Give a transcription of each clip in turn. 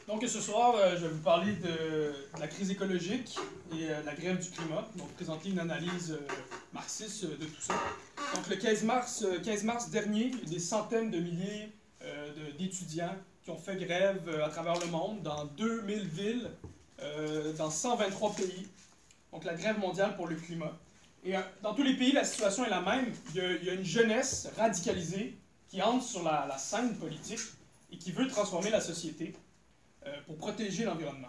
Donc ce soir, je vais vous parler de la crise écologique et de la grève du climat. Donc présenter une analyse marxiste de tout ça. Donc le 15 mars dernier, il y a des centaines de milliers d'étudiants qui ont fait grève à travers le monde, dans 2000 villes, dans 123 pays. Donc la grève mondiale pour le climat. Et dans tous les pays, la situation est la même. Il y a une jeunesse radicalisée qui entre sur la scène politique et qui veut transformer la société pour protéger l'environnement.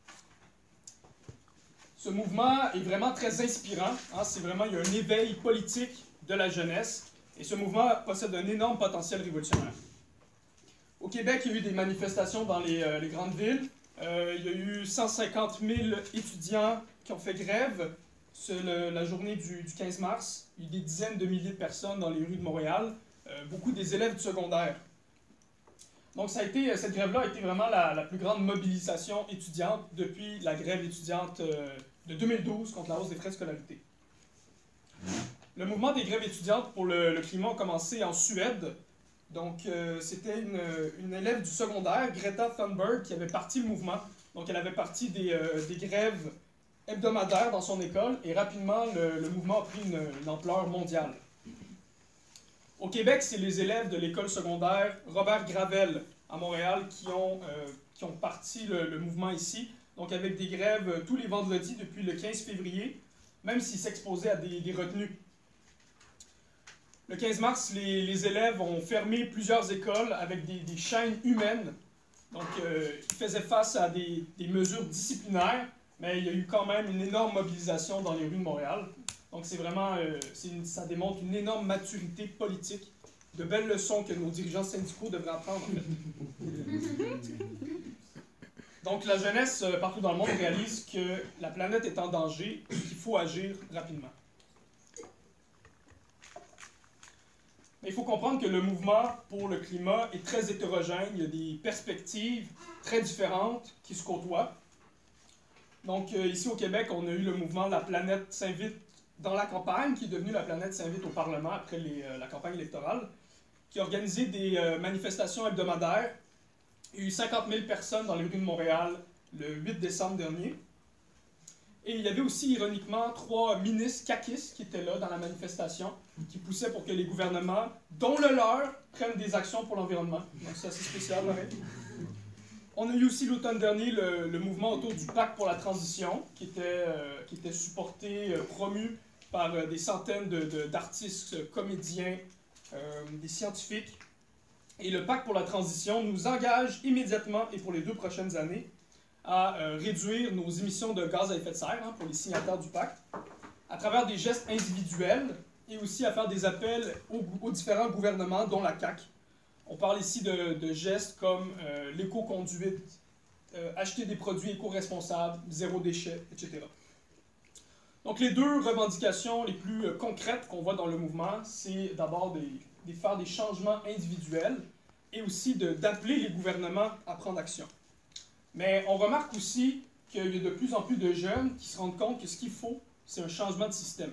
Ce mouvement est vraiment très inspirant. Hein, il y a un éveil politique de la jeunesse et ce mouvement possède un énorme potentiel révolutionnaire. Au Québec, il y a eu des manifestations dans les grandes villes. Il y a eu 150 000 étudiants qui ont fait grève la journée du 15 mars. Il y a eu des dizaines de milliers de personnes dans les rues de Montréal, beaucoup des élèves du secondaire. Donc cette grève-là a été vraiment la plus grande mobilisation étudiante depuis la grève étudiante de 2012 contre la hausse des frais de scolarité. Le mouvement des grèves étudiantes pour le climat a commencé en Suède. Donc c'était une élève du secondaire, Greta Thunberg, qui avait parti le mouvement. Donc elle avait parti des grèves hebdomadaires dans son école et rapidement le mouvement a pris une ampleur mondiale. Au Québec, c'est les élèves de l'école secondaire Robert Gravel à Montréal qui ont parti le mouvement ici, donc avec des grèves tous les vendredis depuis le 15 février, même s'ils s'exposaient à des retenues. Le 15 mars, les élèves ont fermé plusieurs écoles avec des chaînes humaines. Donc, ils faisaient face à des mesures disciplinaires, mais il y a eu quand même une énorme mobilisation dans les rues de Montréal. Donc, c'est vraiment, ça démontre une énorme maturité politique, de belles leçons que nos dirigeants syndicaux devraient apprendre, en fait. Donc, la jeunesse partout dans le monde réalise que la planète est en danger et qu'il faut agir rapidement. Mais il faut comprendre que le mouvement pour le climat est très hétérogène. Il y a des perspectives très différentes qui se côtoient. Donc, ici au Québec, on a eu le mouvement La planète s'invite dans la campagne, qui est devenue La planète s'invite au Parlement après la campagne électorale, qui a organisé des manifestations hebdomadaires. Il y a eu 50 000 personnes dans les rues de Montréal le 8 décembre dernier. Et il y avait aussi, ironiquement, 3 ministres caquistes qui étaient là dans la manifestation, qui poussaient pour que les gouvernements, dont le leur, prennent des actions pour l'environnement. Donc c'est assez spécial, ouais. On a eu aussi l'automne dernier le mouvement autour du pacte pour la transition, qui était supporté, promu par des centaines d'artistes, comédiens, des scientifiques. Et le pacte pour la transition nous engage immédiatement et pour les 2 prochaines années à réduire nos émissions de gaz à effet de serre, hein, pour les signataires du pacte, à travers des gestes individuels et aussi à faire des appels aux différents gouvernements, dont la CAQ. On parle ici de gestes comme l'éco-conduite, acheter des produits éco-responsables, zéro déchet, etc. Donc les 2 revendications les plus concrètes qu'on voit dans le mouvement, c'est d'abord de faire des changements individuels et aussi d'appeler les gouvernements à prendre action. Mais on remarque aussi qu'il y a de plus en plus de jeunes qui se rendent compte que ce qu'il faut, c'est un changement de système.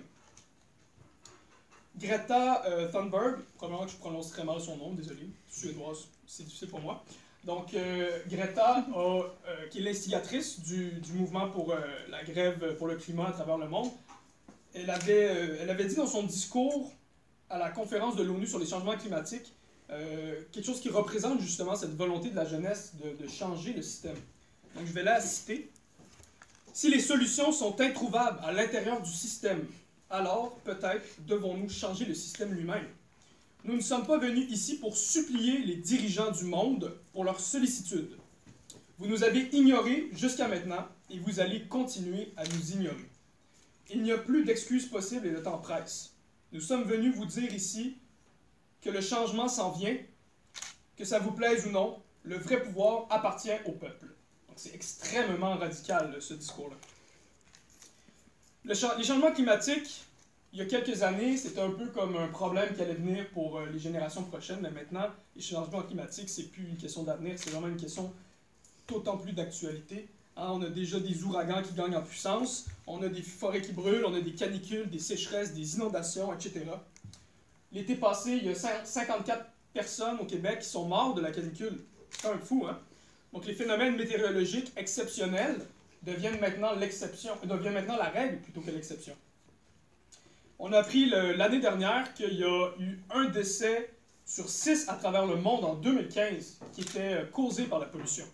Greta Thunberg, probablement que je prononce très mal son nom, désolé, suédoise, c'est difficile pour moi. Donc Greta, qui est l'instigatrice du mouvement pour la grève pour le climat à travers le monde, elle avait dit dans son discours à la conférence de l'ONU sur les changements climatiques quelque chose qui représente justement cette volonté de la jeunesse de changer le système. Donc je vais la citer. « Si les solutions sont introuvables à l'intérieur du système, alors peut-être devons-nous changer le système lui-même. Nous ne sommes pas venus ici pour supplier les dirigeants du monde pour leur sollicitude. Vous nous avez ignorés jusqu'à maintenant et vous allez continuer à nous ignorer. Il n'y a plus d'excuses possibles et le temps presse. Nous sommes venus vous dire ici que le changement s'en vient, que ça vous plaise ou non, le vrai pouvoir appartient au peuple. » Donc c'est extrêmement radical, ce discours-là. Les changements climatiques, il y a quelques années, c'était un peu comme un problème qui allait venir pour les générations prochaines, mais maintenant, les changements climatiques, c'est plus une question d'avenir, c'est vraiment une question d'autant plus d'actualité. Hein, on a déjà des ouragans qui gagnent en puissance, on a des forêts qui brûlent, on a des canicules, des sécheresses, des inondations, etc. L'été passé, il y a 54 personnes au Québec qui sont mortes de la canicule. C'est quand même fou, hein? Donc les phénomènes météorologiques exceptionnels deviennent maintenant la règle plutôt que l'exception. On a appris l'année dernière qu'il y a eu un décès sur 6 à travers le monde en 2015 qui était causé par la pollution.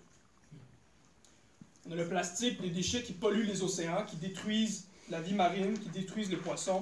On a le plastique, les déchets qui polluent les océans, qui détruisent la vie marine, qui détruisent les poissons.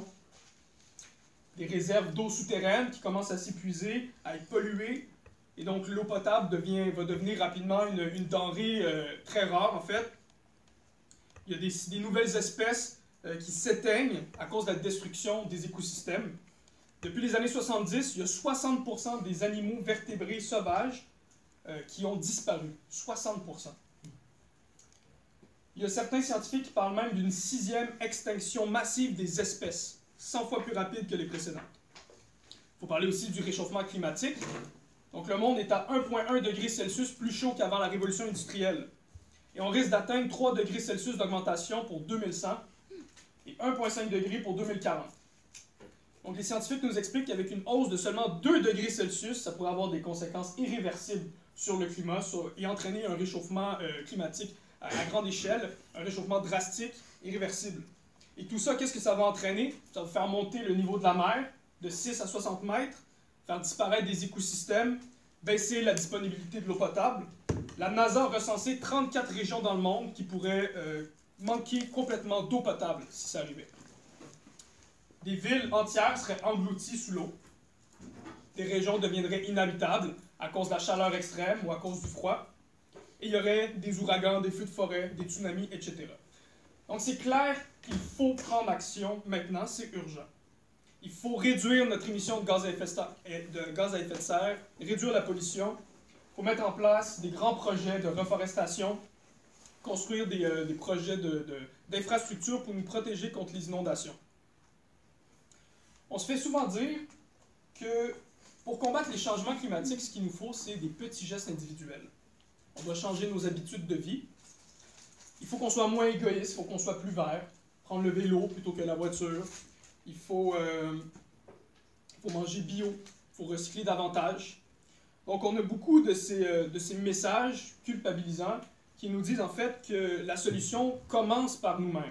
Des réserves d'eau souterraine qui commencent à s'épuiser, à être polluées. Et donc l'eau potable va devenir rapidement une denrée très rare en fait. Il y a des nouvelles espèces qui s'éteignent à cause de la destruction des écosystèmes. Depuis les années 70, il y a 60% des animaux vertébrés sauvages qui ont disparu. 60%. Il y a certains scientifiques qui parlent même d'une 6e extinction massive des espèces, 100 fois plus rapide que les précédentes. Il faut parler aussi du réchauffement climatique. Donc le monde est à 1,1 degrés Celsius plus chaud qu'avant la révolution industrielle. Et on risque d'atteindre 3 degrés Celsius d'augmentation pour 2100 et 1,5 degrés pour 2040. Donc les scientifiques nous expliquent qu'avec une hausse de seulement 2 degrés Celsius, ça pourrait avoir des conséquences irréversibles sur le climat et entraîner un réchauffement climatique à grande échelle, un réchauffement drastique, irréversible. Et tout ça, qu'est-ce que ça va entraîner? Ça va faire monter le niveau de la mer de 6 à 60 mètres, faire disparaître des écosystèmes, baisser la disponibilité de l'eau potable. La NASA a recensé 34 régions dans le monde qui pourraient manquer complètement d'eau potable si ça arrivait. Des villes entières seraient englouties sous l'eau. Des régions deviendraient inhabitables à cause de la chaleur extrême ou à cause du froid. Et il y aurait des ouragans, des feux de forêt, des tsunamis, etc. Donc c'est clair qu'il faut prendre action maintenant, c'est urgent. Il faut réduire notre émission de gaz à effet de serre, réduire la pollution. Il faut mettre en place des grands projets de reforestation, construire des projets d'infrastructures pour nous protéger contre les inondations. On se fait souvent dire que pour combattre les changements climatiques, ce qu'il nous faut, c'est des petits gestes individuels. On doit changer nos habitudes de vie. Il faut qu'on soit moins égoïste, il faut qu'on soit plus vert, prendre le vélo plutôt que la voiture. Il faut manger bio, il faut recycler davantage. Donc on a beaucoup de ces messages culpabilisants qui nous disent en fait que la solution commence par nous-mêmes.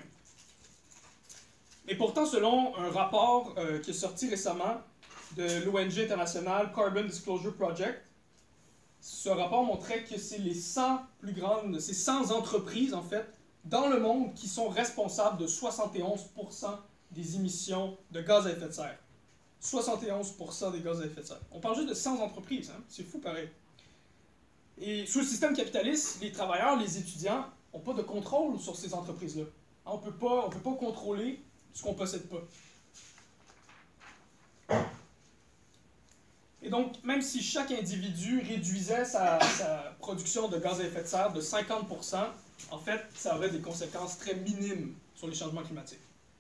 Et pourtant, selon un rapport qui est sorti récemment de l'ONG internationale Carbon Disclosure Project, ce rapport montrait que c'est les 100 plus grandes, ces 100 entreprises en fait, dans le monde qui sont responsables de 71% des émissions de gaz à effet de serre. 71% des gaz à effet de serre. On parle juste de 100 entreprises, hein? C'est fou pareil. Et sous le système capitaliste, les travailleurs, les étudiants n'ont pas de contrôle sur ces entreprises-là. On ne peut pas contrôler ce qu'on ne possède pas. Et donc, même si chaque individu réduisait sa production de gaz à effet de serre de 50%, en fait, ça aurait des conséquences très minimes sur les changements climatiques.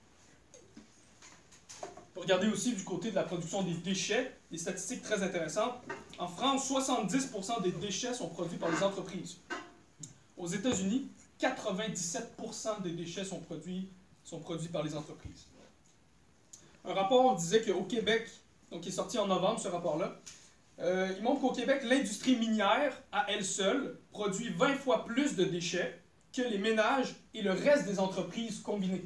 On peut regarder aussi du côté de la production des déchets, des statistiques très intéressantes. En France, 70% des déchets sont produits par les entreprises. Aux États-Unis, 97% des déchets sont produits par les entreprises. Un rapport disait qu'au Québec, donc qui est sorti en novembre, ce rapport-là, il montre qu'au Québec, l'industrie minière, à elle seule, produit 20 fois plus de déchets que les ménages et le reste des entreprises combinées.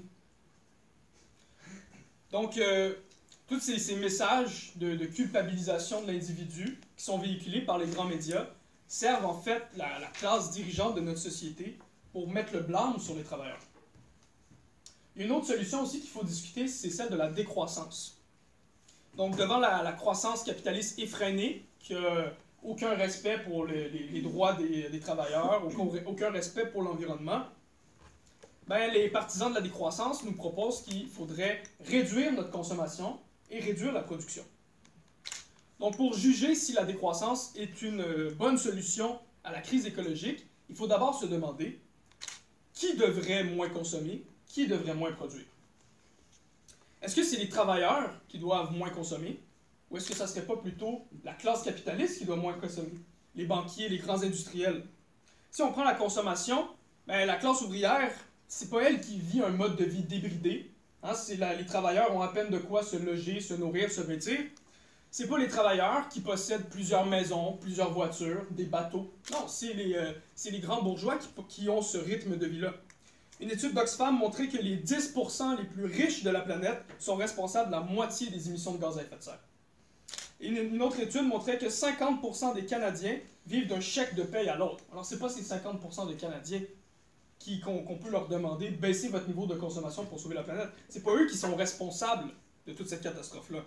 Donc, tous ces messages de culpabilisation de l'individu qui sont véhiculés par les grands médias servent en fait la classe dirigeante de notre société pour mettre le blâme sur les travailleurs. Il y a une autre solution aussi qu'il faut discuter, c'est celle de la décroissance. Donc, devant la croissance capitaliste effrénée, qui n'a aucun respect pour les droits des travailleurs, aucun respect pour l'environnement, ben, les partisans de la décroissance nous proposent qu'il faudrait réduire notre consommation et réduire la production. Donc, pour juger si la décroissance est une bonne solution à la crise écologique, il faut d'abord se demander qui devrait moins consommer, qui devrait moins produire. Est-ce que c'est les travailleurs qui doivent moins consommer, ou est-ce que ça ne serait pas plutôt la classe capitaliste qui doit moins consommer, les banquiers, les grands industriels? Si on prend la consommation, ben, la classe ouvrière, c'est pas elle qui vit un mode de vie débridé. Hein, les travailleurs ont à peine de quoi se loger, se nourrir, se vêtir. C'est pas les travailleurs qui possèdent plusieurs maisons, plusieurs voitures, des bateaux. Non, c'est les grands bourgeois qui ont ce rythme de vie-là. Une étude d'Oxfam montrait que les 10% les plus riches de la planète sont responsables de la moitié des émissions de gaz à effet de serre. Et une autre étude montrait que 50% des Canadiens vivent d'un chèque de paye à l'autre. Alors, c'est pas ces 50% de Canadiens qu'on peut leur demander de baisser votre niveau de consommation pour sauver la planète. C'est pas eux qui sont responsables de toute cette catastrophe-là.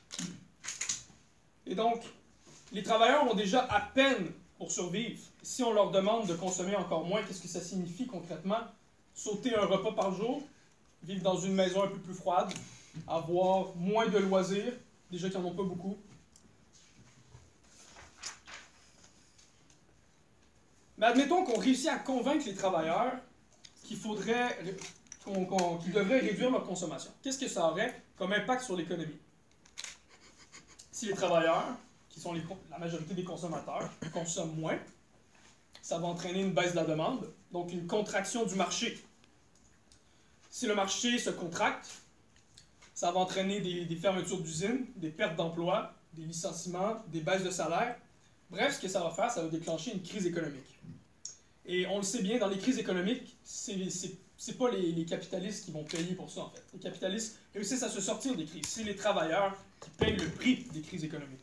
Et donc, les travailleurs ont déjà à peine pour survivre. Si on leur demande de consommer encore moins, qu'est-ce que ça signifie concrètement? Sauter un repas par jour, vivre dans une maison un peu plus froide, avoir moins de loisirs, déjà qu'ils n'en ont pas beaucoup. Mais admettons qu'on réussit à convaincre les travailleurs qu'ils devraient réduire leur consommation. Qu'est-ce que ça aurait comme impact sur l'économie? Si les travailleurs, qui sont la majorité des consommateurs, consomment moins, ça va entraîner une baisse de la demande, donc une contraction du marché. Si le marché se contracte, ça va entraîner des fermetures d'usines, des pertes d'emplois, des licenciements, des baisses de salaire. Bref, ce que ça va faire, ça va déclencher une crise économique. Et on le sait bien, dans les crises économiques, c'est pas les capitalistes qui vont payer pour ça, en fait. Les capitalistes réussissent à se sortir des crises. C'est les travailleurs qui payent le prix des crises économiques.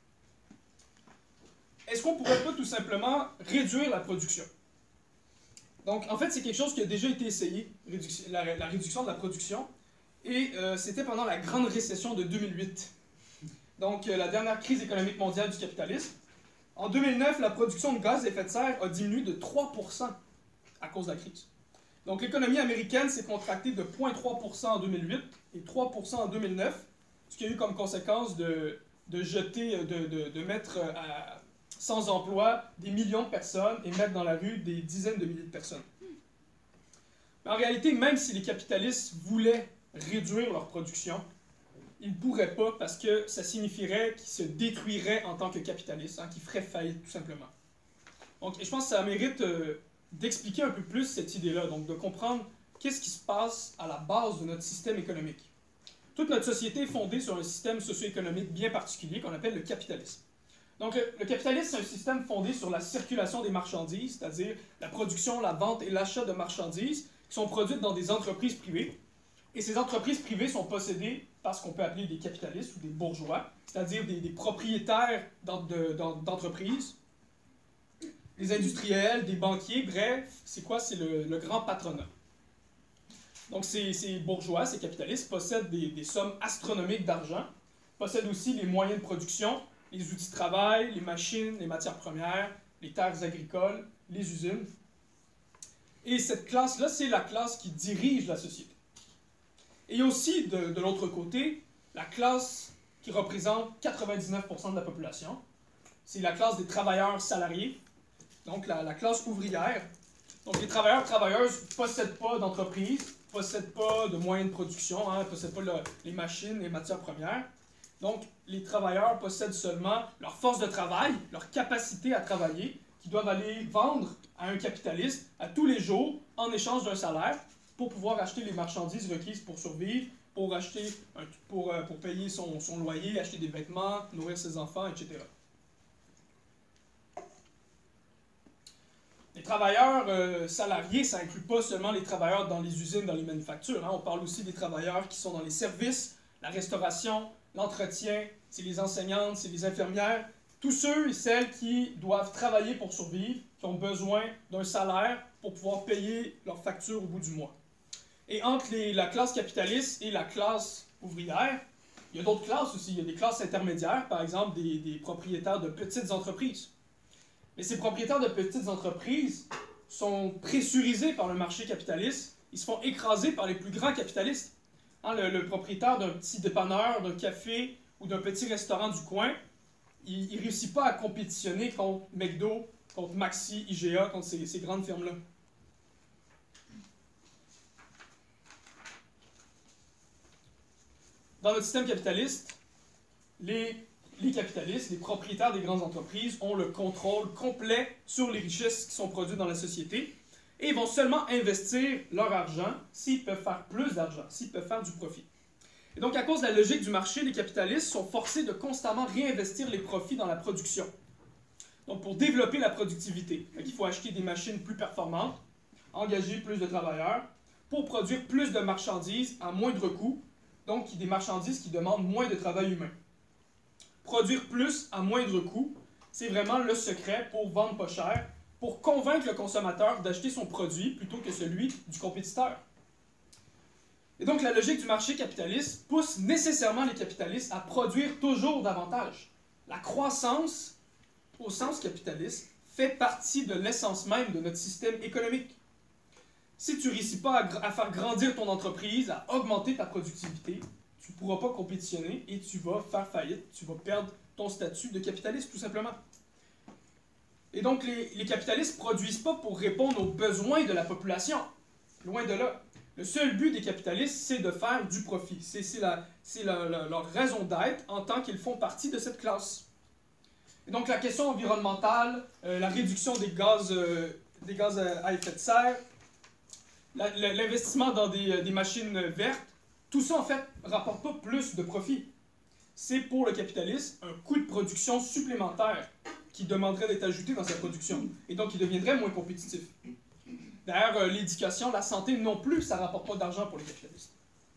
Est-ce qu'on pourrait pas tout simplement réduire la production? Donc, en fait, c'est quelque chose qui a déjà été essayé, la réduction de la production, et c'était pendant la grande récession de 2008. Donc, la dernière crise économique mondiale du capitalisme. En 2009, la production de gaz à effet de serre a diminué de 3% à cause de la crise. Donc, l'économie américaine s'est contractée de 0,3% en 2008 et 3% en 2009, ce qui a eu comme conséquence de mettre sans emploi des millions de personnes et mettre dans la rue des dizaines de milliers de personnes. Mais en réalité, même si les capitalistes voulaient réduire leur production, ils ne pourraient pas parce que ça signifierait qu'ils se détruiraient en tant que capitalistes, qu'ils feraient faillite tout simplement. Donc, je pense que ça mérite d'expliquer un peu plus cette idée-là, donc de comprendre qu'est-ce qui se passe à la base de notre système économique. Toute notre société est fondée sur un système socio-économique bien particulier qu'on appelle le capitalisme. Donc, le capitalisme, c'est un système fondé sur la circulation des marchandises, c'est-à-dire la production, la vente et l'achat de marchandises qui sont produites dans des entreprises privées. Et ces entreprises privées sont possédées par ce qu'on peut appeler des capitalistes ou des bourgeois, c'est-à-dire des propriétaires d'entreprises, des industriels, des banquiers, bref, c'est quoi? C'est le grand patronat. Donc ces bourgeois, ces capitalistes, possèdent des sommes astronomiques d'argent, possèdent aussi les moyens de production, les outils de travail, les machines, les matières premières, les terres agricoles, les usines. Et cette classe-là, c'est la classe qui dirige la société. Et il y a aussi, de l'autre côté, la classe qui représente 99% de la population. C'est la classe des travailleurs salariés, donc la classe ouvrière. Donc les travailleurs-travailleuses ne possèdent pas d'entreprise, ne possèdent pas de moyens de production, ne possèdent pas les machines, les matières premières. Donc les travailleurs possèdent seulement leur force de travail, leur capacité à travailler, qu'ils doivent aller vendre à un capitaliste à tous les jours en échange d'un salaire, pour pouvoir acheter les marchandises requises pour survivre, pour payer son loyer, acheter des vêtements, nourrir ses enfants, etc. Les travailleurs salariés, ça inclut pas seulement les travailleurs dans les usines, dans les manufactures. On parle aussi des travailleurs qui sont dans les services, la restauration, l'entretien, c'est les enseignantes, c'est les infirmières. Tous ceux et celles qui doivent travailler pour survivre, qui ont besoin d'un salaire pour pouvoir payer leurs factures au bout du mois. Et entre la classe capitaliste et la classe ouvrière, il y a d'autres classes aussi. Il y a des classes intermédiaires, par exemple des propriétaires de petites entreprises. Mais ces propriétaires de petites entreprises sont pressurisés par le marché capitaliste. Ils se font écraser par les plus grands capitalistes. Le propriétaire d'un petit dépanneur, d'un café ou d'un petit restaurant du coin, il ne réussit pas à compétitionner contre McDo, contre Maxi, IGA, contre ces grandes firmes-là. Dans notre système capitaliste, les capitalistes, les propriétaires des grandes entreprises ont le contrôle complet sur les richesses qui sont produites dans la société et ils vont seulement investir leur argent s'ils peuvent faire plus d'argent, s'ils peuvent faire du profit. Et donc, à cause de la logique du marché, les capitalistes sont forcés de constamment réinvestir les profits dans la production. Donc, pour développer la productivité, il faut acheter des machines plus performantes, engager plus de travailleurs, pour produire plus de marchandises à moindre coût, donc des marchandises qui demandent moins de travail humain. Produire plus à moindre coût, c'est vraiment le secret pour vendre pas cher, pour convaincre le consommateur d'acheter son produit plutôt que celui du compétiteur. Et donc, la logique du marché capitaliste pousse nécessairement les capitalistes à produire toujours davantage. La croissance, au sens capitaliste, fait partie de l'essence même de notre système économique. Si tu ne réussis pas à faire grandir ton entreprise, à augmenter ta productivité, tu ne pourras pas compétitionner et tu vas faire faillite, tu vas perdre ton statut de capitaliste, tout simplement. Et donc, les capitalistes ne produisent pas pour répondre aux besoins de la population. Loin de là. Le seul but des capitalistes, c'est de faire du profit. C'est leur raison d'être en tant qu'ils font partie de cette classe. Et donc, la question environnementale, la réduction des gaz à effet de serre, l'investissement dans des machines vertes, tout ça, en fait, ne rapporte pas plus de profit. C'est pour le capitaliste un coût de production supplémentaire qui demanderait d'être ajouté dans sa production. Et donc, il deviendrait moins compétitif. D'ailleurs, l'éducation, la santé non plus, ça ne rapporte pas d'argent pour les capitalistes.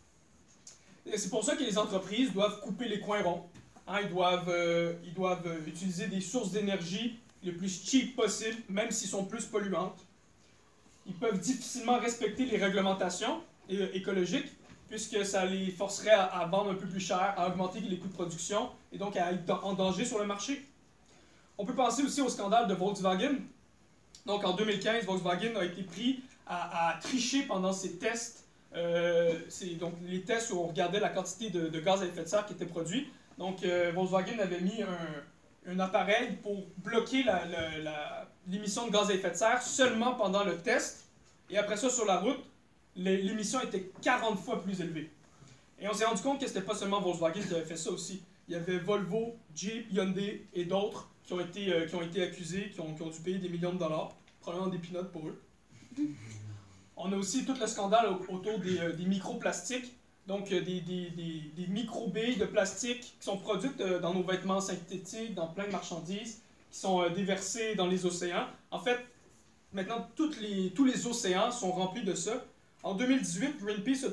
C'est pour ça que les entreprises doivent couper les coins ronds. Hein, ils doivent utiliser des sources d'énergie les plus cheap possibles, même s'ils sont plus polluantes. Ils peuvent difficilement respecter les réglementations écologiques, puisque ça les forcerait à vendre un peu plus cher, à augmenter les coûts de production, et donc à être en danger sur le marché. On peut penser aussi au scandale de Volkswagen. Donc en 2015, Volkswagen a été pris à tricher pendant ses tests. C'est donc les tests où on regardait la quantité de gaz à effet de serre qui était produit. Donc Volkswagen avait mis un appareil pour bloquer l'émission de gaz à effet de serre seulement pendant le test. Et après ça, sur la route, l'émission était 40 fois plus élevée. Et on s'est rendu compte que c'était pas seulement Volkswagen qui avait fait ça aussi. Il y avait Volvo, Jeep, Hyundai et d'autres qui ont été accusés, qui ont dû payer des millions de dollars, probablement des peanuts pour eux. On a aussi tout le scandale autour des microplastiques, donc des micro-billes de plastique qui sont produites dans nos vêtements synthétiques, dans plein de marchandises, qui sont déversées dans les océans. En fait, maintenant, tous les océans sont remplis de ça. En 2018, Greenpeace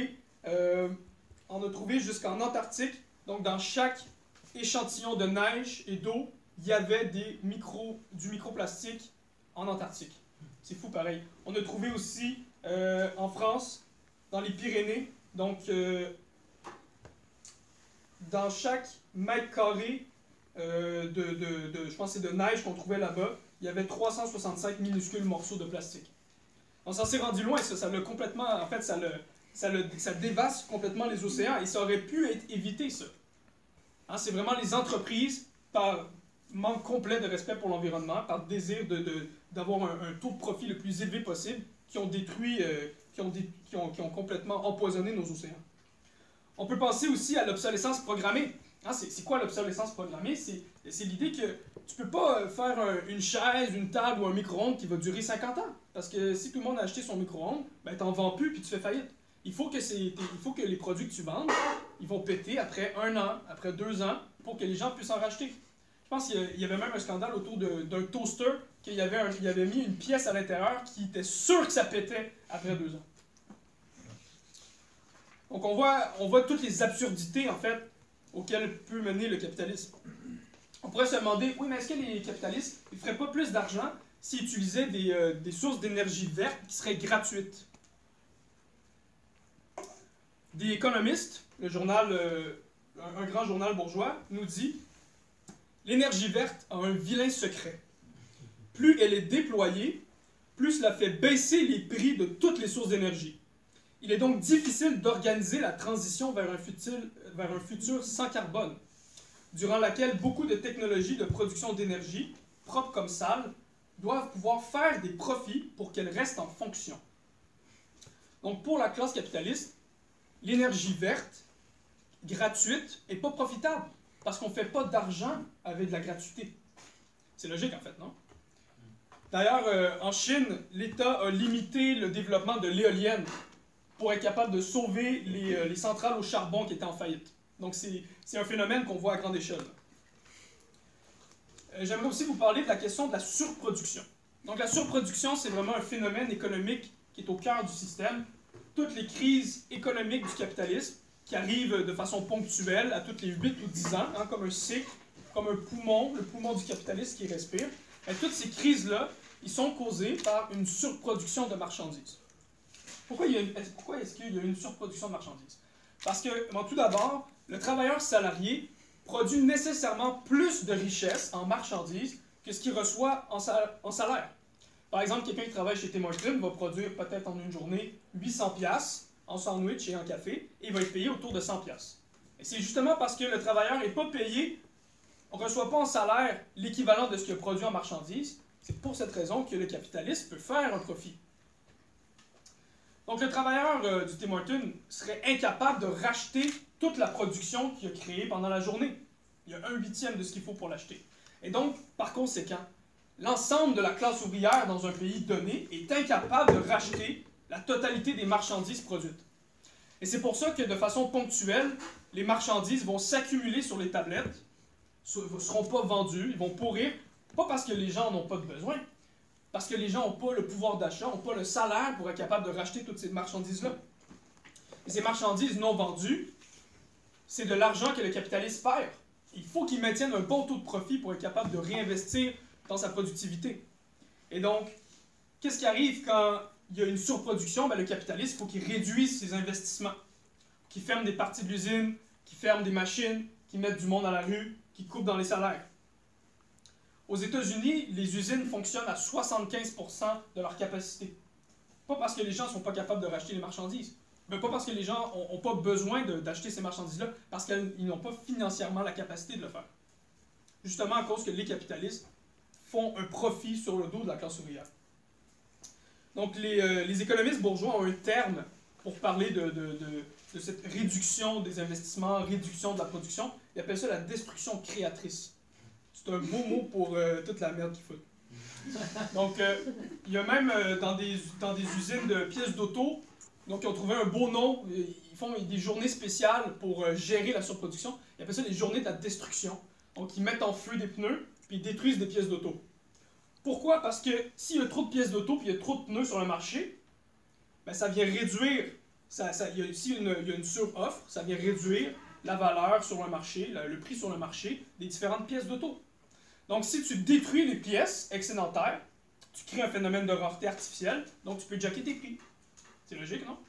en a trouvé jusqu'en Antarctique, donc dans chaque échantillon de neige et d'eau, il y avait du microplastique en Antarctique. C'est fou pareil. On a trouvé aussi en France, dans les Pyrénées, donc dans chaque mètre carré je pense que c'est de neige qu'on trouvait là-bas, il y avait 365 minuscules morceaux de plastique. Donc ça s'est rendu loin, ça l'a complètement, en fait, ça dévaste complètement les océans et ça aurait pu être évité, ça. Hein, c'est vraiment les entreprises, par manque complet de respect pour l'environnement, par désir d'avoir un taux de profit le plus élevé possible, qui ont détruit, qui ont complètement empoisonné nos océans. On peut penser aussi à l'obsolescence programmée. Hein, c'est quoi l'obsolescence programmée? C'est l'idée que tu peux pas faire une chaise, une table ou un micro-ondes qui va durer 50 ans. Parce que si tout le monde a acheté son micro-ondes, ben t'en vends plus puis tu fais faillite. Il faut que les produits que tu vendes, ils vont péter après 1 an, après 2 ans, pour que les gens puissent en racheter. Je pense qu'il y avait même un scandale autour d'un toaster, qu'il avait mis une pièce à l'intérieur qui était sûr que ça pétait après 2 ans. Donc on voit toutes les absurdités, en fait, auxquelles peut mener le capitalisme. On pourrait se demander, oui, mais est-ce que les capitalistes ne feraient pas plus d'argent s'ils utilisaient des sources d'énergie verte qui seraient gratuites? The Economist, un grand journal bourgeois, nous dit « L'énergie verte a un vilain secret. Plus elle est déployée, plus cela fait baisser les prix de toutes les sources d'énergie. Il est donc difficile d'organiser la transition vers un futur sans carbone, durant laquelle beaucoup de technologies de production d'énergie, propres comme sales, doivent pouvoir faire des profits pour qu'elles restent en fonction. » Donc pour la classe capitaliste, l'énergie verte, gratuite, n'est pas profitable, parce qu'on ne fait pas d'argent avec de la gratuité. C'est logique en fait, non? D'ailleurs, en Chine, l'État a limité le développement de l'éolienne pour être capable de sauver les centrales au charbon qui étaient en faillite. Donc c'est un phénomène qu'on voit à grande échelle. J'aimerais aussi vous parler de la question de la surproduction. Donc la surproduction, c'est vraiment un phénomène économique qui est au cœur du système. Toutes les crises économiques du capitalisme qui arrivent de façon ponctuelle à toutes les 8 ou 10 ans, hein, comme un cycle, comme un poumon, le poumon du capitalisme qui respire. Et toutes ces crises-là, ils sont causées par une surproduction de marchandises. Pourquoi est-ce qu'il y a une surproduction de marchandises? Parce que, bon, tout d'abord, le travailleur salarié produit nécessairement plus de richesses en marchandises que ce qu'il reçoit en salaire. Par exemple, quelqu'un qui travaille chez Tim Hortons va produire peut-être en une journée 800$ en sandwich et en café, et il va être payé autour de 100$. Et c'est justement parce que le travailleur n'est pas payé, on ne reçoit pas en salaire l'équivalent de ce qu'il a produit en marchandises. C'est pour cette raison que le capitaliste peut faire un profit. Donc le travailleur du Tim Hortons serait incapable de racheter toute la production qu'il a créée pendant la journée. Il y a 1/8 de ce qu'il faut pour l'acheter. Et donc, par conséquent, l'ensemble de la classe ouvrière dans un pays donné est incapable de racheter la totalité des marchandises produites. Et c'est pour ça que de façon ponctuelle, les marchandises vont s'accumuler sur les tablettes, ne seront pas vendues, ils vont pourrir, pas parce que les gens n'ont pas de besoin, parce que les gens n'ont pas le pouvoir d'achat, n'ont pas le salaire pour être capable de racheter toutes ces marchandises-là. Et ces marchandises non vendues, c'est de l'argent que le capitaliste perd. Il faut qu'il maintienne un bon taux de profit pour être capable de réinvestir dans sa productivité. Et donc, qu'est-ce qui arrive quand il y a une surproduction? Ben, le capitaliste, il faut qu'il réduise ses investissements, qu'il ferme des parties de l'usine, qu'il ferme des machines, qu'il mette du monde à la rue, qu'il coupe dans les salaires. Aux États-Unis, les usines fonctionnent à 75% de leur capacité. Pas parce que les gens ne sont pas capables de racheter les marchandises, mais pas parce que les gens n'ont pas besoin d'acheter ces marchandises-là, parce qu'ils n'ont pas financièrement la capacité de le faire. Justement à cause que les capitalistes font un profit sur le dos de la classe ouvrière. Donc les économistes bourgeois ont un terme pour parler de cette réduction des investissements, réduction de la production. Ils appellent ça la destruction créatrice. C'est un beau mot pour toute la merde qu'ils foutent. Donc, il y a même dans des usines de pièces d'auto, donc ils ont trouvé un beau nom, ils font des journées spéciales pour gérer la surproduction. Ils appellent ça les journées de la destruction. Donc, ils mettent en feu des pneus, puis ils détruisent des pièces d'auto. Pourquoi? Parce que s'il y a trop de pièces d'auto, puis il y a trop de pneus sur le marché, ben, ça vient réduire, s'il y a une sur-offre, ça vient réduire la valeur sur le marché, le prix sur le marché des différentes pièces d'auto. Donc, si tu détruis les pièces excédentaires, tu crées un phénomène de rareté artificielle, donc tu peux jacker tes prix. C'est logique, non?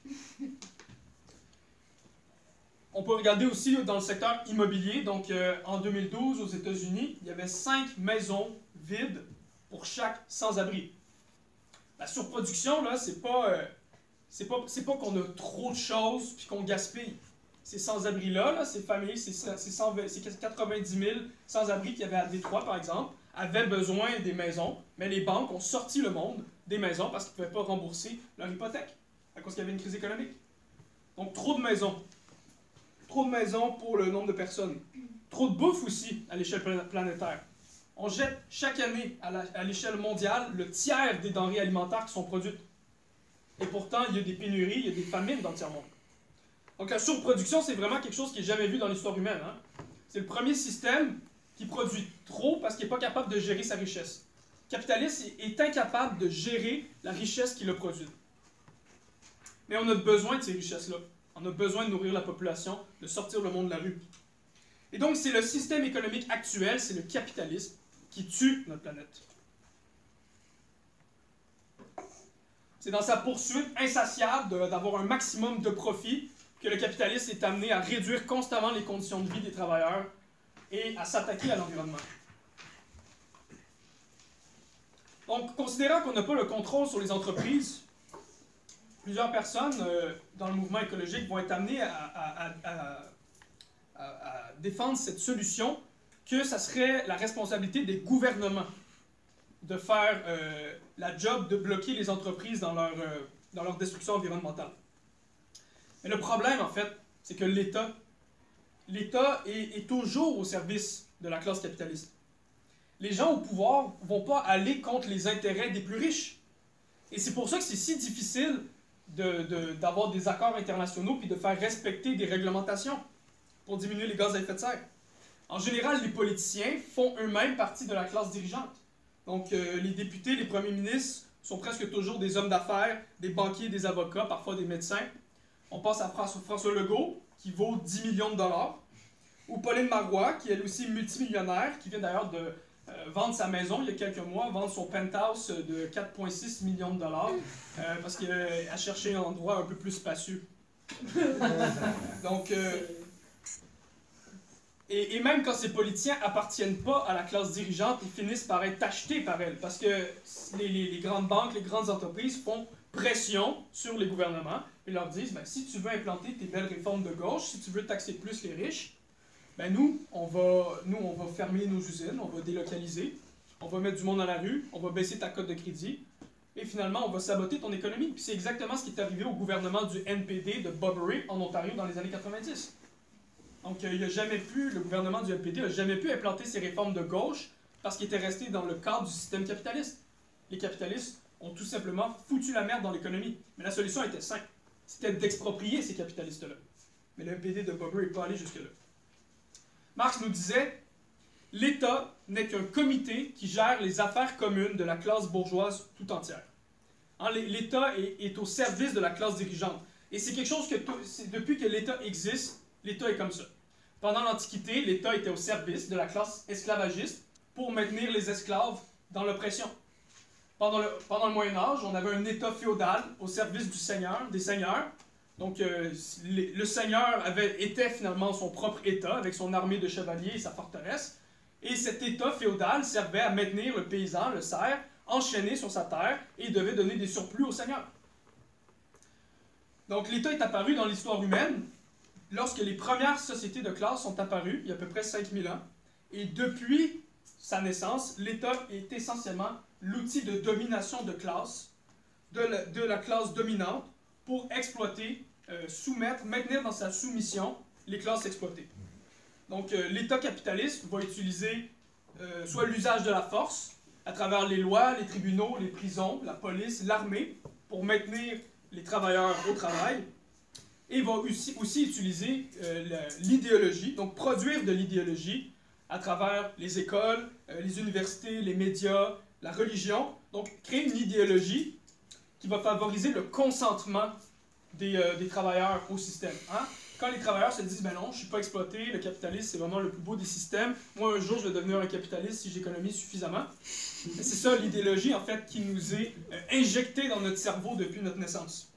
On peut regarder aussi dans le secteur immobilier. Donc, en 2012, aux États-Unis, il y avait 5 maisons vides pour chaque sans-abri. La surproduction, là, c'est pas qu'on a trop de choses puis qu'on gaspille. Ces sans-abri-là, ces familles, ces 90 000 sans-abri qu'il y avait à Détroit, par exemple, avaient besoin des maisons, mais les banques ont sorti le monde des maisons parce qu'ils ne pouvaient pas rembourser leur hypothèque à cause qu'il y avait une crise économique. Donc, trop de maisons. Trop de maisons pour le nombre de personnes. Trop de bouffe aussi à l'échelle planétaire. On jette chaque année à l'échelle mondiale le tiers des denrées alimentaires qui sont produites. Et pourtant, il y a des pénuries, il y a des famines dans le tiers-monde. Donc la surproduction, c'est vraiment quelque chose qui n'est jamais vu dans l'histoire humaine. Hein? C'est le premier système qui produit trop parce qu'il n'est pas capable de gérer sa richesse. Le capitaliste est incapable de gérer la richesse qu'il a produite. Mais on a besoin de ces richesses-là. On a besoin de nourrir la population, de sortir le monde de la rue. Et donc, c'est le système économique actuel, c'est le capitalisme, qui tue notre planète. C'est dans sa poursuite insatiable d'avoir un maximum de profit que le capitaliste est amené à réduire constamment les conditions de vie des travailleurs et à s'attaquer à l'environnement. Donc, considérant qu'on n'a pas le contrôle sur les entreprises, plusieurs personnes dans le mouvement écologique vont être amenées à défendre cette solution que ça serait la responsabilité des gouvernements de faire la job de bloquer les entreprises dans leur destruction environnementale. Mais le problème, en fait, c'est que l'État est toujours au service de la classe capitaliste. Les gens au pouvoir ne vont pas aller contre les intérêts des plus riches. Et c'est pour ça que c'est si difficile d'avoir des accords internationaux puis de faire respecter des réglementations pour diminuer les gaz à effet de serre. En général, les politiciens font eux-mêmes partie de la classe dirigeante. Donc, les députés, les premiers ministres sont presque toujours des hommes d'affaires, des banquiers, des avocats, parfois des médecins. On passe à François Legault, qui vaut 10 millions de dollars, ou Pauline Marois, qui est elle aussi multimillionnaire, qui vient d'ailleurs de vendre sa maison il y a quelques mois, vendre son penthouse de 4,6 millions de dollars, parce qu'elle a cherché un endroit un peu plus spacieux. Donc, et même quand ces politiciens appartiennent pas à la classe dirigeante, ils finissent par être achetés par elle, parce que les grandes banques, les grandes entreprises font pression sur les gouvernements et leur disent, ben, si tu veux implanter tes belles réformes de gauche, si tu veux taxer plus les riches, ben nous, on va fermer nos usines, on va délocaliser, on va mettre du monde dans la rue, on va baisser ta cote de crédit, et finalement, on va saboter ton économie. Puis c'est exactement ce qui est arrivé au gouvernement du NPD de Bob Rae en Ontario dans les années 90. Donc, le gouvernement du NPD n'a jamais pu implanter ses réformes de gauche parce qu'il était resté dans le cadre du système capitaliste. Les capitalistes ont tout simplement foutu la merde dans l'économie. Mais la solution était simple. C'était d'exproprier ces capitalistes-là. Mais le NPD de Bob Rae n'est pas allé jusque-là. Marx nous disait, l'État n'est qu'un comité qui gère les affaires communes de la classe bourgeoise tout entière. Hein, l'État est au service de la classe dirigeante. Et c'est quelque chose que, depuis que l'État existe, l'État est comme ça. Pendant l'Antiquité, l'État était au service de la classe esclavagiste pour maintenir les esclaves dans l'oppression. Pendant le Moyen Âge, on avait un État féodal au service du seigneur, des seigneurs. Donc, le seigneur était finalement son propre État, avec son armée de chevaliers et sa forteresse. Et cet État féodal servait à maintenir le paysan, le serf, enchaîné sur sa terre, et devait donner des surplus au seigneur. Donc, l'État est apparu dans l'histoire humaine lorsque les premières sociétés de classe sont apparues, il y a à peu près 5000 ans. Et depuis sa naissance, l'État est essentiellement l'outil de domination de classe, de la classe dominante, pour exploiter, soumettre, maintenir dans sa soumission les classes exploitées. Donc, l'État capitaliste va utiliser soit l'usage de la force, à travers les lois, les tribunaux, les prisons, la police, l'armée, pour maintenir les travailleurs au travail, et va aussi utiliser l'idéologie, donc produire de l'idéologie à travers les écoles, les universités, les médias, la religion, donc créer une idéologie qui va favoriser le consentement des travailleurs au système. Hein? Quand les travailleurs se disent « ben non, je ne suis pas exploité, le capitalisme c'est vraiment le plus beau des systèmes, moi un jour je vais devenir un capitaliste si j'économise suffisamment », c'est ça l'idéologie en fait qui nous est injectée dans notre cerveau depuis notre naissance.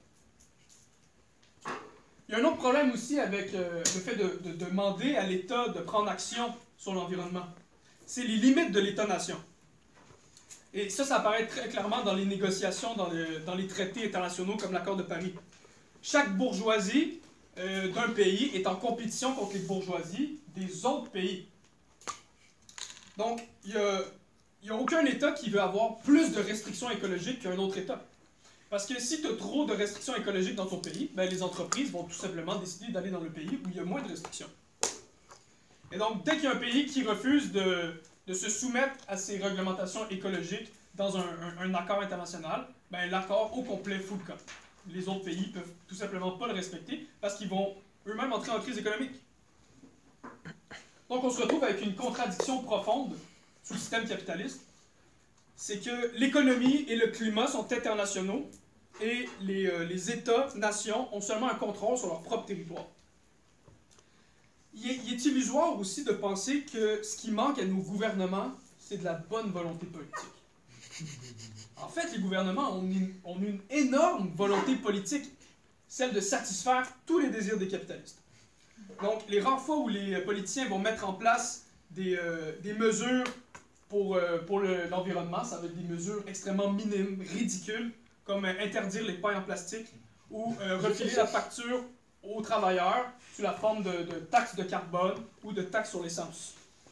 Il y a un autre problème aussi avec le fait de demander à l'État de prendre action sur l'environnement. C'est les limites de l'État-nation. Et ça apparaît très clairement dans les négociations, dans les traités internationaux comme l'accord de Paris. Chaque bourgeoisie d'un pays est en compétition contre les bourgeoisies des autres pays. Donc, il n'y a aucun État qui veut avoir plus de restrictions écologiques qu'un autre État. Parce que si tu as trop de restrictions écologiques dans ton pays, ben les entreprises vont tout simplement décider d'aller dans le pays où il y a moins de restrictions. Et donc, dès qu'il y a un pays qui refuse de se soumettre à ces réglementations écologiques dans un accord international, ben l'accord au complet fout le camp. Les autres pays peuvent tout simplement pas le respecter parce qu'ils vont eux-mêmes entrer en crise économique. Donc, on se retrouve avec une contradiction profonde sous le système capitaliste. C'est que l'économie et le climat sont internationaux et les États-nations ont seulement un contrôle sur leur propre territoire. Il est illusoire aussi de penser que ce qui manque à nos gouvernements, c'est de la bonne volonté politique. En fait, les gouvernements ont une énorme volonté politique, celle de satisfaire tous les désirs des capitalistes. Donc, les rares fois où les politiciens vont mettre en place des mesures pour l'environnement, ça va être des mesures extrêmement minimes, ridicules, comme interdire les pailles en plastique ou refiler la facture aux travailleurs sous la forme de taxes de carbone ou de taxes sur l'essence.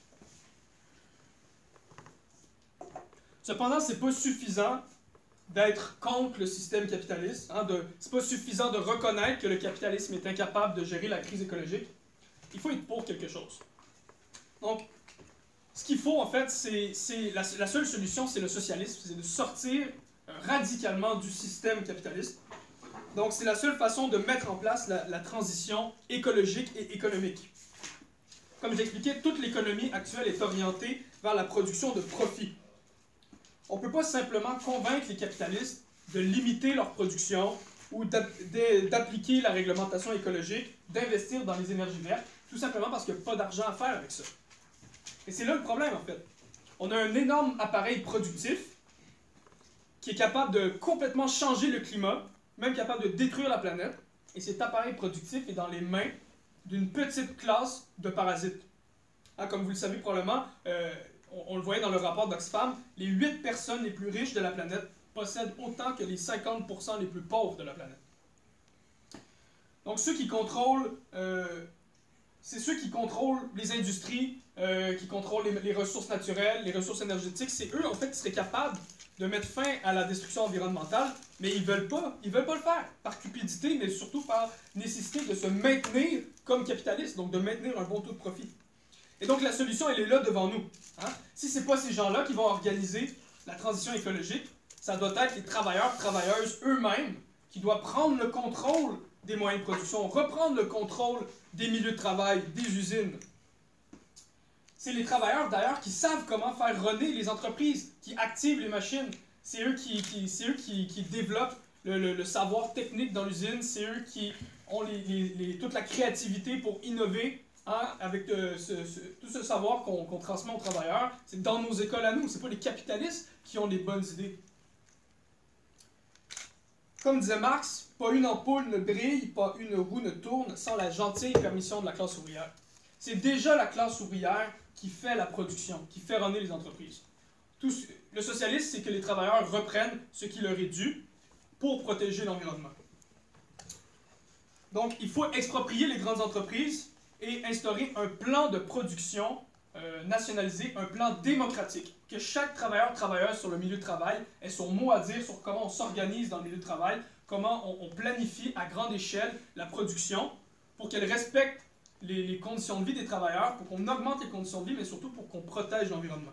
Cependant, ce n'est pas suffisant d'être contre le système capitaliste. Hein, c'est pas suffisant de reconnaître que le capitalisme est incapable de gérer la crise écologique. Il faut être pour quelque chose. Donc, ce qu'il faut, en fait, la seule solution, c'est le socialisme. C'est de sortir radicalement du système capitaliste Donc, c'est la seule façon de mettre en place la transition écologique et économique. Comme je l'expliquais, toute l'économie actuelle est orientée vers la production de profit. On ne peut pas simplement convaincre les capitalistes de limiter leur production ou d'appliquer la réglementation écologique, d'investir dans les énergies vertes, tout simplement parce qu'il n'y a pas d'argent à faire avec ça. Et c'est là le problème, en fait. On a un énorme appareil productif qui est capable de complètement changer le climat, même capable de détruire la planète, et cet appareil productif est dans les mains d'une petite classe de parasites. Hein, comme vous le savez probablement, on le voyait dans le rapport d'Oxfam, les 8 personnes les plus riches de la planète possèdent autant que les 50% les plus pauvres de la planète. Donc ceux qui contrôlent, c'est ceux qui contrôlent les industries, qui contrôlent les ressources naturelles, les ressources énergétiques, c'est eux en fait qui seraient capables de mettre fin à la destruction environnementale, mais ils veulent pas le faire, par cupidité, mais surtout par nécessité de se maintenir comme capitalistes, donc de maintenir un bon taux de profit. Et donc la solution, elle est là devant nous. Hein? Si ce n'est pas ces gens-là qui vont organiser la transition écologique, ça doit être les travailleurs, travailleuses eux-mêmes qui doivent prendre le contrôle des moyens de production, reprendre le contrôle des milieux de travail, des usines. C'est les travailleurs d'ailleurs qui savent comment faire runner les entreprises, qui activent les machines. C'est eux qui développent le savoir technique dans l'usine, c'est eux qui ont toute la créativité pour innover. Hein, avec tout ce savoir qu'on transmet aux travailleurs, c'est dans nos écoles à nous, c'est pas les capitalistes qui ont les bonnes idées. Comme disait Marx, pas une ampoule ne brille, pas une roue ne tourne sans la gentille permission de la classe ouvrière. C'est déjà la classe ouvrière qui fait la production, qui fait runner les entreprises. Le socialisme, c'est que les travailleurs reprennent ce qui leur est dû pour protéger l'environnement. Donc, il faut exproprier les grandes entreprises et instaurer un plan de production nationalisé, un plan démocratique, que chaque travailleuse sur le milieu de travail ait son mot à dire sur comment on s'organise dans le milieu de travail, comment on planifie à grande échelle la production pour qu'elle respecte les conditions de vie des travailleurs, pour qu'on augmente les conditions de vie, mais surtout pour qu'on protège l'environnement.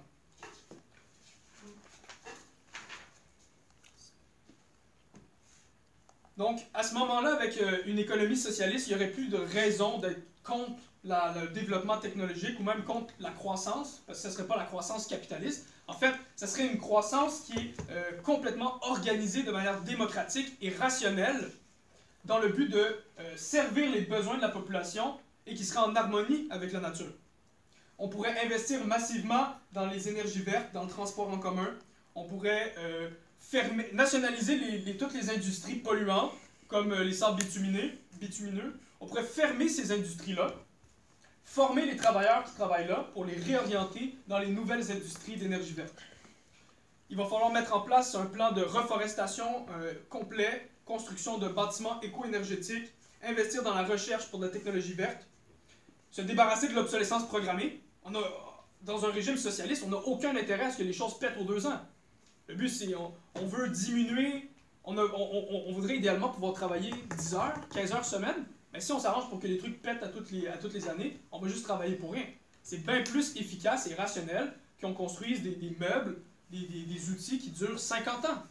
Donc, à ce moment-là, avec une économie socialiste, il n'y aurait plus de raison d'être contre le développement technologique ou même contre la croissance, parce que ce ne serait pas la croissance capitaliste. En fait, ce serait une croissance qui est complètement organisée de manière démocratique et rationnelle dans le but de servir les besoins de la population et qui serait en harmonie avec la nature. On pourrait investir massivement dans les énergies vertes, dans le transport en commun. On pourrait nationaliser toutes les industries polluantes, comme les sables bitumineux. On pourrait fermer ces industries-là, former les travailleurs qui travaillent là pour les réorienter dans les nouvelles industries d'énergie verte. Il va falloir mettre en place un plan de reforestation complet, construction de bâtiments éco-énergétiques, investir dans la recherche pour la technologie verte, se débarrasser de l'obsolescence programmée. Dans un régime socialiste, on n'a aucun intérêt à ce que les choses pètent aux 2 ans. Le but, c'est on veut diminuer, on voudrait idéalement pouvoir travailler 10 heures, 15 heures semaine, mais si on s'arrange pour que les trucs pètent à toutes les années, on va juste travailler pour rien. C'est bien plus efficace et rationnel qu'on construise des meubles, des outils qui durent 50 ans.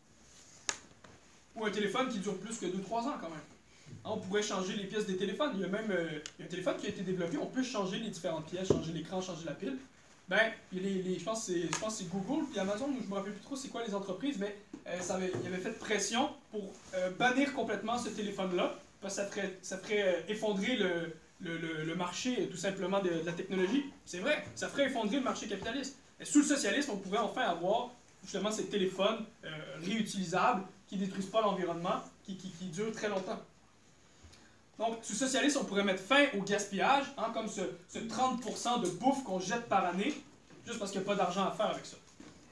Ou un téléphone qui dure plus que 2-3 ans quand même. On pourrait changer les pièces des téléphones. Il y a même un téléphone qui a été développé, on peut changer les différentes pièces, changer l'écran, changer la pile. Ben, je pense que c'est Google et Amazon, je ne me rappelle plus trop c'est quoi les entreprises, mais il avait fait pression pour bannir complètement ce téléphone-là, parce que ça ferait effondrer le marché tout simplement de la technologie. C'est vrai, ça ferait effondrer le marché capitaliste. Et sous le socialisme, on pourrait enfin avoir justement ces téléphones réutilisables qui ne détruisent pas l'environnement, qui durent très longtemps. Donc, sous socialisme, on pourrait mettre fin au gaspillage, hein, comme ce 30% de bouffe qu'on jette par année, juste parce qu'il n'y a pas d'argent à faire avec ça.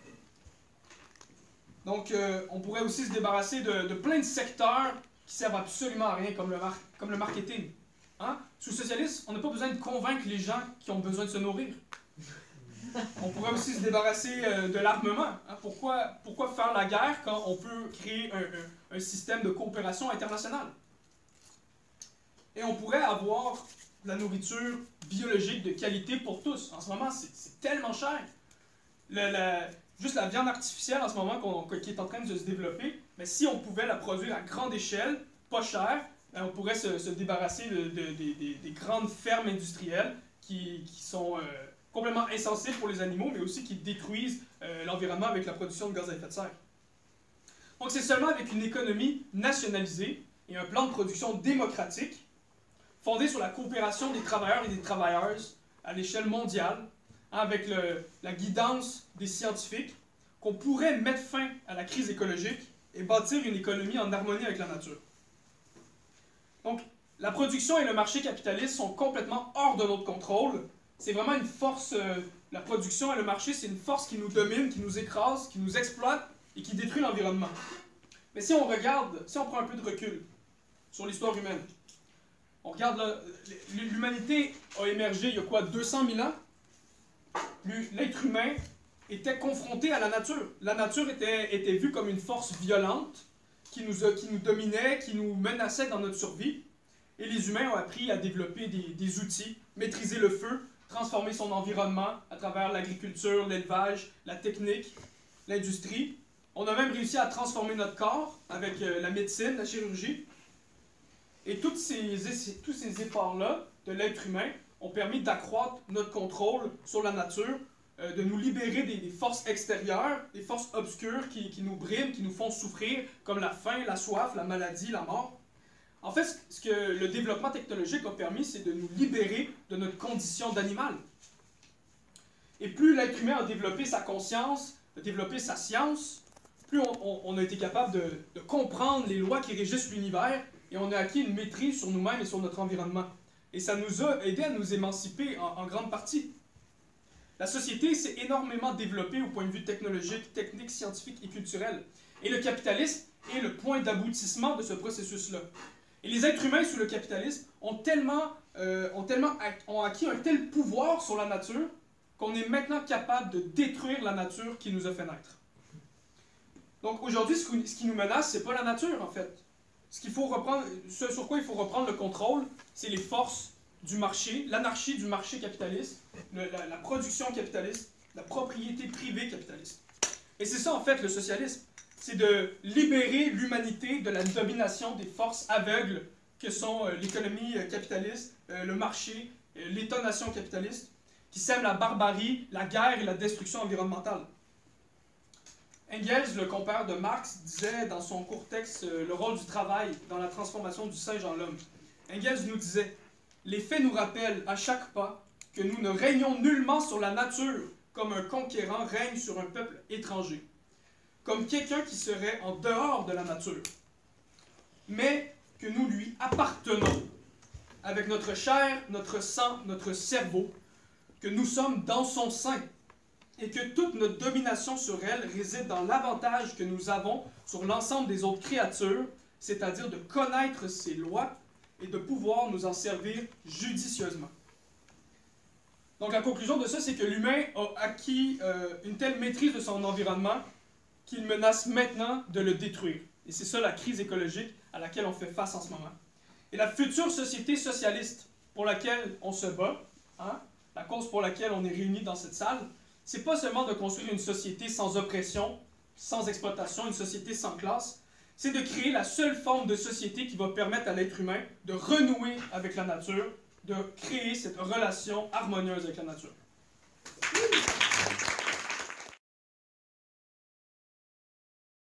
Donc, on pourrait aussi se débarrasser de plein de secteurs qui servent absolument à rien, comme le marketing. Hein? Sous socialisme, on n'a pas besoin de convaincre les gens qui ont besoin de se nourrir. On pourrait aussi se débarrasser de l'armement. Hein? Pourquoi faire la guerre quand on peut créer un système de coopération internationale? Et on pourrait avoir de la nourriture biologique de qualité pour tous. En ce moment, c'est tellement cher. Juste la viande artificielle en ce moment qui est en train de se développer, mais si on pouvait la produire à grande échelle, pas cher, on pourrait se débarrasser des grandes fermes industrielles qui sont complètement insensées pour les animaux, mais aussi qui détruisent l'environnement avec la production de gaz à effet de serre. Donc c'est seulement avec une économie nationalisée et un plan de production démocratique, fondé sur la coopération des travailleurs et des travailleuses à l'échelle mondiale, avec la guidance des scientifiques, qu'on pourrait mettre fin à la crise écologique et bâtir une économie en harmonie avec la nature. Donc, la production et le marché capitaliste sont complètement hors de notre contrôle. C'est vraiment une force, la production et le marché, c'est une force qui nous domine, qui nous écrase, qui nous exploite et qui détruit l'environnement. Mais si on regarde, si on prend un peu de recul sur l'histoire humaine, on regarde là, l'humanité a émergé il y a quoi, 200 000 ans? L'être humain était confronté à la nature. La nature était vue comme une force violente qui nous dominait, qui nous menaçait dans notre survie. Et les humains ont appris à développer des outils, maîtriser le feu, transformer son environnement à travers l'agriculture, l'élevage, la technique, l'industrie. On a même réussi à transformer notre corps avec la médecine, la chirurgie. Et tous ces efforts-là de l'être humain ont permis d'accroître notre contrôle sur la nature, de nous libérer des forces extérieures, des forces obscures qui nous briment, qui nous font souffrir, comme la faim, la soif, la maladie, la mort. En fait, ce que le développement technologique a permis, c'est de nous libérer de notre condition d'animal. Et plus l'être humain a développé sa conscience, a développé sa science, plus on a été capable de comprendre les lois qui régissent l'univers, et on a acquis une maîtrise sur nous-mêmes et sur notre environnement. Et ça nous a aidé à nous émanciper en grande partie. La société s'est énormément développée au point de vue technologique, technique, scientifique et culturel. Et le capitalisme est le point d'aboutissement de ce processus-là. Et les êtres humains sous le capitalisme ont acquis un tel pouvoir sur la nature qu'on est maintenant capable de détruire la nature qui nous a fait naître. Donc aujourd'hui, ce qui nous menace, c'est pas la nature en fait. Ce sur quoi il faut reprendre le contrôle, c'est les forces du marché, l'anarchie du marché capitaliste, la production capitaliste, la propriété privée capitaliste. Et c'est ça en fait le socialisme. C'est de libérer l'humanité de la domination des forces aveugles que sont l'économie capitaliste, le marché, l'État-nation capitaliste, qui sèment la barbarie, la guerre et la destruction environnementale. Engels, le compère de Marx, disait dans son court texte « Le rôle du travail dans la transformation du singe en l'homme ». Engels nous disait « Les faits nous rappellent à chaque pas que nous ne régnons nullement sur la nature comme un conquérant règne sur un peuple étranger, comme quelqu'un qui serait en dehors de la nature, mais que nous lui appartenons avec notre chair, notre sang, notre cerveau, que nous sommes dans son sein, et que toute notre domination sur elle réside dans l'avantage que nous avons sur l'ensemble des autres créatures, c'est-à-dire de connaître ses lois et de pouvoir nous en servir judicieusement. » Donc la conclusion de ça, c'est que l'humain a acquis une telle maîtrise de son environnement qu'il menace maintenant de le détruire. Et c'est ça la crise écologique à laquelle on fait face en ce moment. Et la future société socialiste pour laquelle on se bat, la cause pour laquelle on est réunis dans cette salle, c'est pas seulement de construire une société sans oppression, sans exploitation, une société sans classe, c'est de créer la seule forme de société qui va permettre à l'être humain de renouer avec la nature, de créer cette relation harmonieuse avec la nature.